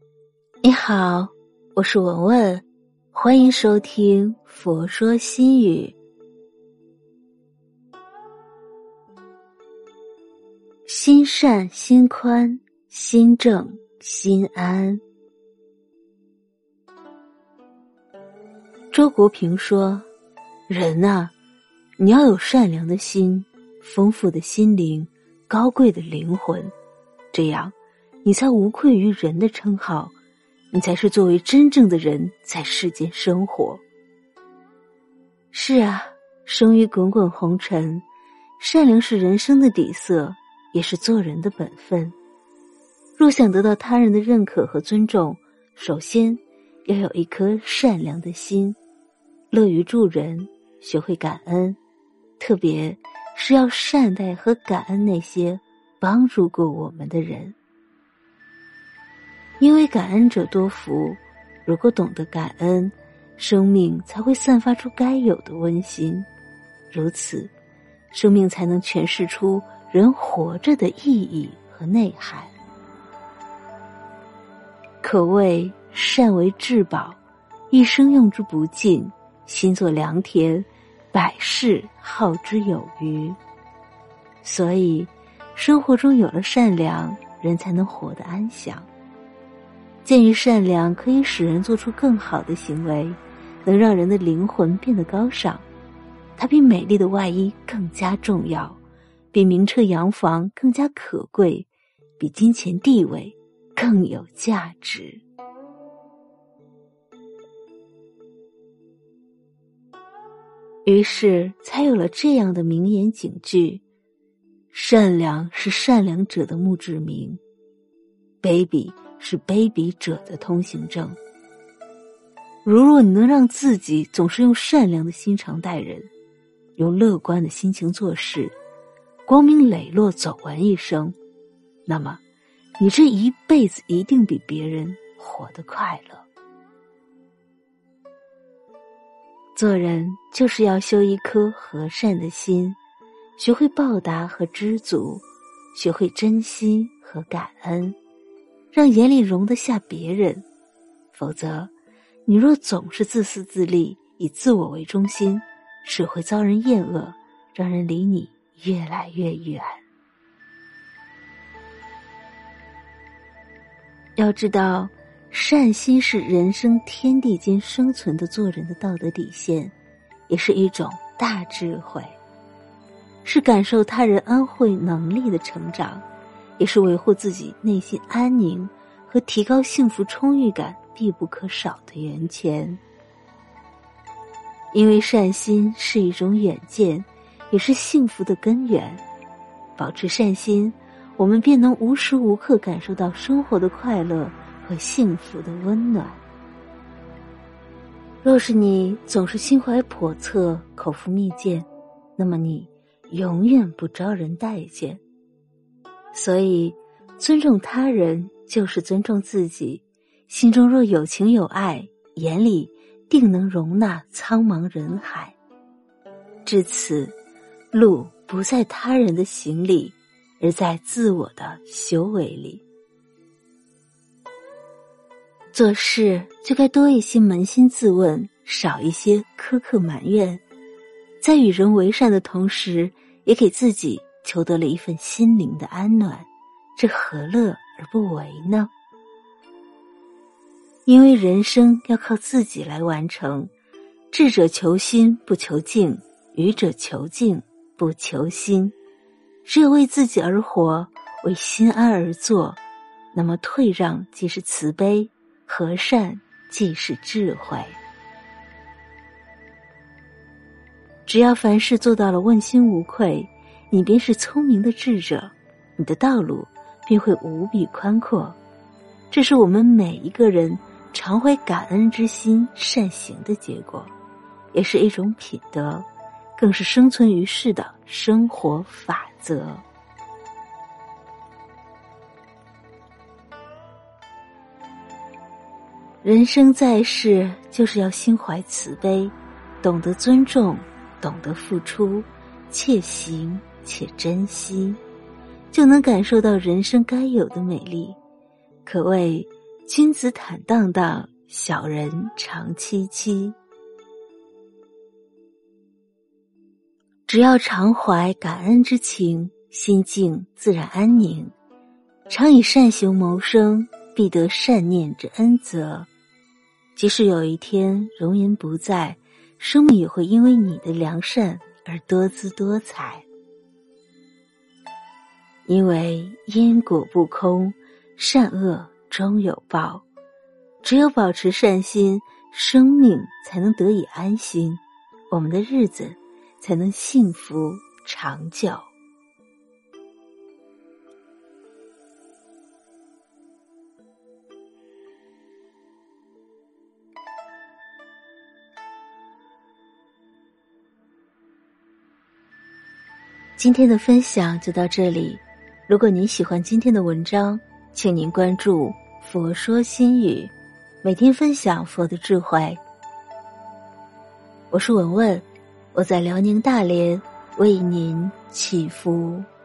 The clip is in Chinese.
你好，我是文文，欢迎收听佛说心语。心善心宽，心正心安。周国平说，人啊，你要有善良的心，丰富的心灵，高贵的灵魂，这样你才无愧于人的称号，你才是作为真正的人在世间生活。是啊，生于滚滚红尘，善良是人生的底色，也是做人的本分。若想得到他人的认可和尊重，首先要有一颗善良的心，乐于助人，学会感恩，特别是要善待和感恩那些帮助过我们的人。因为感恩者多福，如果懂得感恩，生命才会散发出该有的温馨，如此生命才能诠释出人活着的意义和内涵。可谓善为至宝，一生用之不尽，心作良田，百世耗之有余。所以生活中有了善良，人才能活得安详。鉴于善良可以使人做出更好的行为，能让人的灵魂变得高尚，它比美丽的外衣更加重要，比名车洋房更加可贵，比金钱地位更有价值。于是才有了这样的名言警句：善良是善良者的墓志铭，卑鄙是卑鄙者的通行证。如若你能让自己总是用善良的心肠待人，用乐观的心情做事，光明磊落走完一生，那么你这一辈子一定比别人活得快乐。做人就是要修一颗和善的心，学会报答和知足，学会珍惜和感恩，让眼里容得下别人。否则你若总是自私自利，以自我为中心，只会遭人厌恶，让人离你越来越远。要知道，善心是人生天地间生存的做人的道德底线，也是一种大智慧，是感受他人恩惠能力的成长，也是维护自己内心安宁和提高幸福充裕感必不可少的源泉。因为善心是一种远见，也是幸福的根源。保持善心，我们便能无时无刻感受到生活的快乐和幸福的温暖。若是你总是心怀叵测，口腹蜜饯，那么你永远不招人待见。所以尊重他人就是尊重自己，心中若有情有爱，眼里定能容纳苍茫人海。至此，路不在他人的行里，而在自我的修为里。做事就该多一些扪心自问，少一些苛刻埋怨，在与人为善的同时，也给自己求得了一份心灵的安暖，这何乐而不为呢？因为人生要靠自己来完成，智者求心不求境，愚者求境不求心。只有为自己而活，为心安而做，那么退让即是慈悲，和善即是智慧。只要凡事做到了问心无愧，你便是聪明的智者，你的道路便会无比宽阔。这是我们每一个人常怀感恩之心善行的结果，也是一种品德，更是生存于世的生活法则。人生在世，就是要心怀慈悲，懂得尊重，懂得付出，且行且珍惜，就能感受到人生该有的美丽。可谓君子坦荡荡，小人长戚戚。只要常怀感恩之情，心境自然安宁。常以善行谋生，必得善念之恩泽。即使有一天容颜不在，生命也会因为你的良善而多姿多彩。因为因果不空，善恶终有报。只有保持善心，生命才能得以安心，我们的日子才能幸福长久。今天的分享就到这里。如果您喜欢今天的文章，请您关注佛说心语，每天分享佛的智慧。我是文文，我在辽宁大连为您祈福。